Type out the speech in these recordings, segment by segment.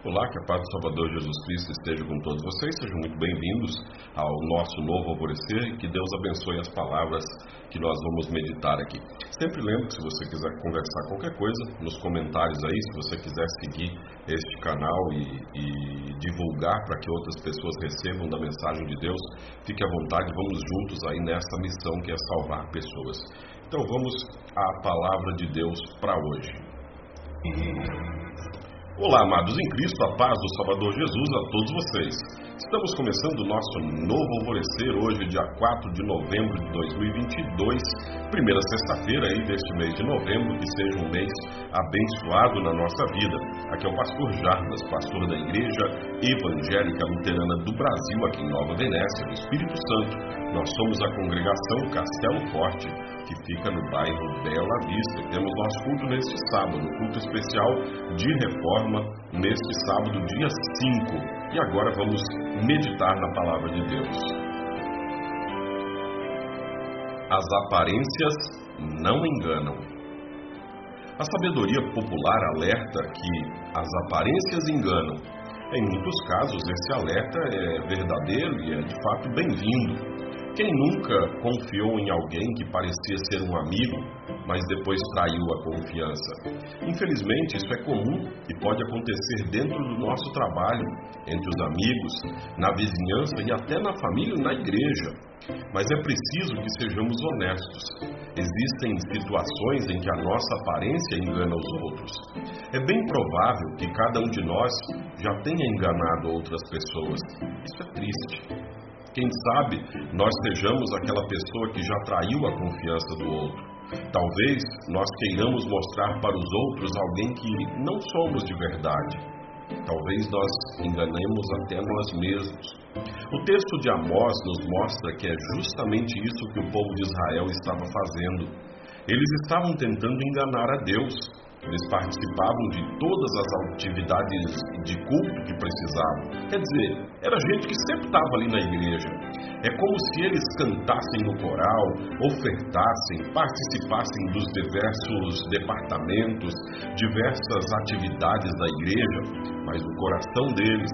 Olá, que a paz do Salvador Jesus Cristo esteja com todos vocês. Sejam muito bem-vindos ao nosso novo alvorecer e que Deus abençoe as palavras que nós vamos meditar aqui. Sempre lembro que se você quiser conversar qualquer coisa, nos comentários aí, se você quiser seguir este canal e divulgar para que outras pessoas recebam da mensagem de Deus, fique à vontade, vamos juntos aí nessa missão que é salvar pessoas. Então vamos à palavra de Deus para hoje. Olá, amados em Cristo, a paz do Salvador Jesus a todos vocês. Estamos começando o nosso novo alvorecer hoje, dia 4 de novembro de 2022, primeira sexta-feira aí deste mês de novembro, que seja um mês abençoado na nossa vida. Aqui é o pastor Jarbas, pastor da Igreja Evangélica Luterana do Brasil, aqui em Nova Venécia, no Espírito Santo. Nós somos a congregação Castelo Forte, que fica no bairro Bela Vista. Temos nosso culto neste sábado, culto especial de reforma, neste sábado, dia 5. E agora vamos meditar na palavra de Deus. As aparências não enganam. A sabedoria popular alerta que as aparências enganam. Em muitos casos, esse alerta é verdadeiro e é de fato bem-vindo. Quem nunca confiou em alguém que parecia ser um amigo, mas depois traiu a confiança? Infelizmente, isso é comum e pode acontecer dentro do nosso trabalho, entre os amigos, na vizinhança e até na família e na igreja. Mas é preciso que sejamos honestos. Existem situações em que a nossa aparência engana os outros. É bem provável que cada um de nós já tenha enganado outras pessoas. Isso é triste. Quem sabe nós sejamos aquela pessoa que já traiu a confiança do outro. Talvez nós queiramos mostrar para os outros alguém que não somos de verdade. Talvez nós enganemos até nós mesmos. O texto de Amós nos mostra que é justamente isso que o povo de Israel estava fazendo. Eles estavam tentando enganar a Deus. Eles participavam de todas as atividades de culto que precisavam. Quer dizer, era gente que sempre estava ali na igreja. É como se eles cantassem no coral, ofertassem, participassem dos diversos departamentos, diversas atividades da igreja, mas no coração deles,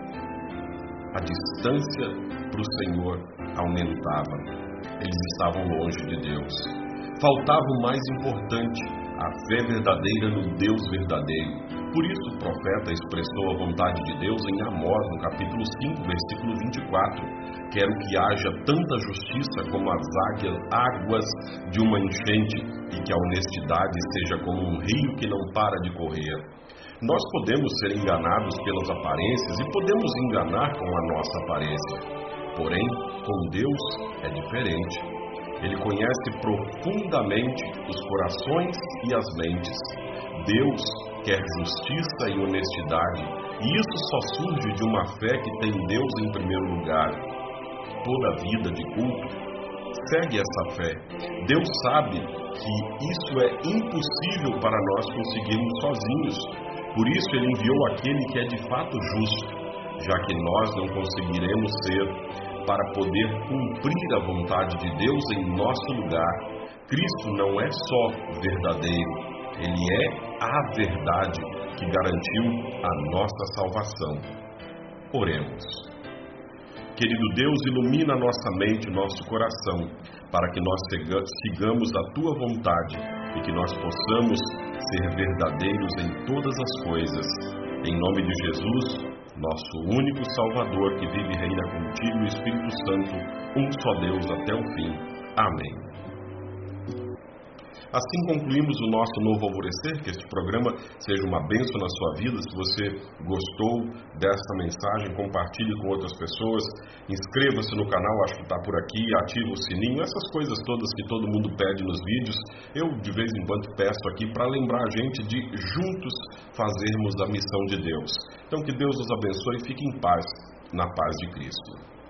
a distância para o Senhor aumentava. Eles estavam longe de Deus. Faltava o mais importante, a fé verdadeira no Deus verdadeiro. Por isso o profeta expressou a vontade de Deus em Amós, no capítulo 5, versículo 24. Quero que haja tanta justiça como as águas de uma enchente e que a honestidade seja como um rio que não para de correr. Nós podemos ser enganados pelas aparências e podemos enganar com a nossa aparência. Porém, com Deus é diferente. Ele conhece profundamente os corações e as mentes. Deus quer justiça e honestidade, e isso só surge de uma fé que tem Deus em primeiro lugar. Toda vida de culto segue essa fé. Deus sabe que isso é impossível para nós conseguirmos sozinhos. Por isso Ele enviou aquele que é de fato justo, já que nós não conseguiremos ser, para poder cumprir a vontade de Deus em nosso lugar. Cristo não é só verdadeiro, Ele é a verdade que garantiu a nossa salvação. Oremos. Querido Deus, ilumina nossa mente e nosso coração, para que nós sigamos a Tua vontade e que nós possamos ser verdadeiros em todas as coisas. Em nome de Jesus, nosso único Salvador, que vive e reina contigo, o Espírito Santo, um só Deus até o fim. Amém. Assim concluímos o nosso novo alvorecer, que este programa seja uma bênção na sua vida. Se você gostou desta mensagem, compartilhe com outras pessoas, inscreva-se no canal, acho que está por aqui, ative o sininho, essas coisas todas que todo mundo pede nos vídeos. Eu, de vez em quando, peço aqui para lembrar a gente de juntos fazermos a missão de Deus. Então, que Deus nos abençoe e fique em paz, na paz de Cristo.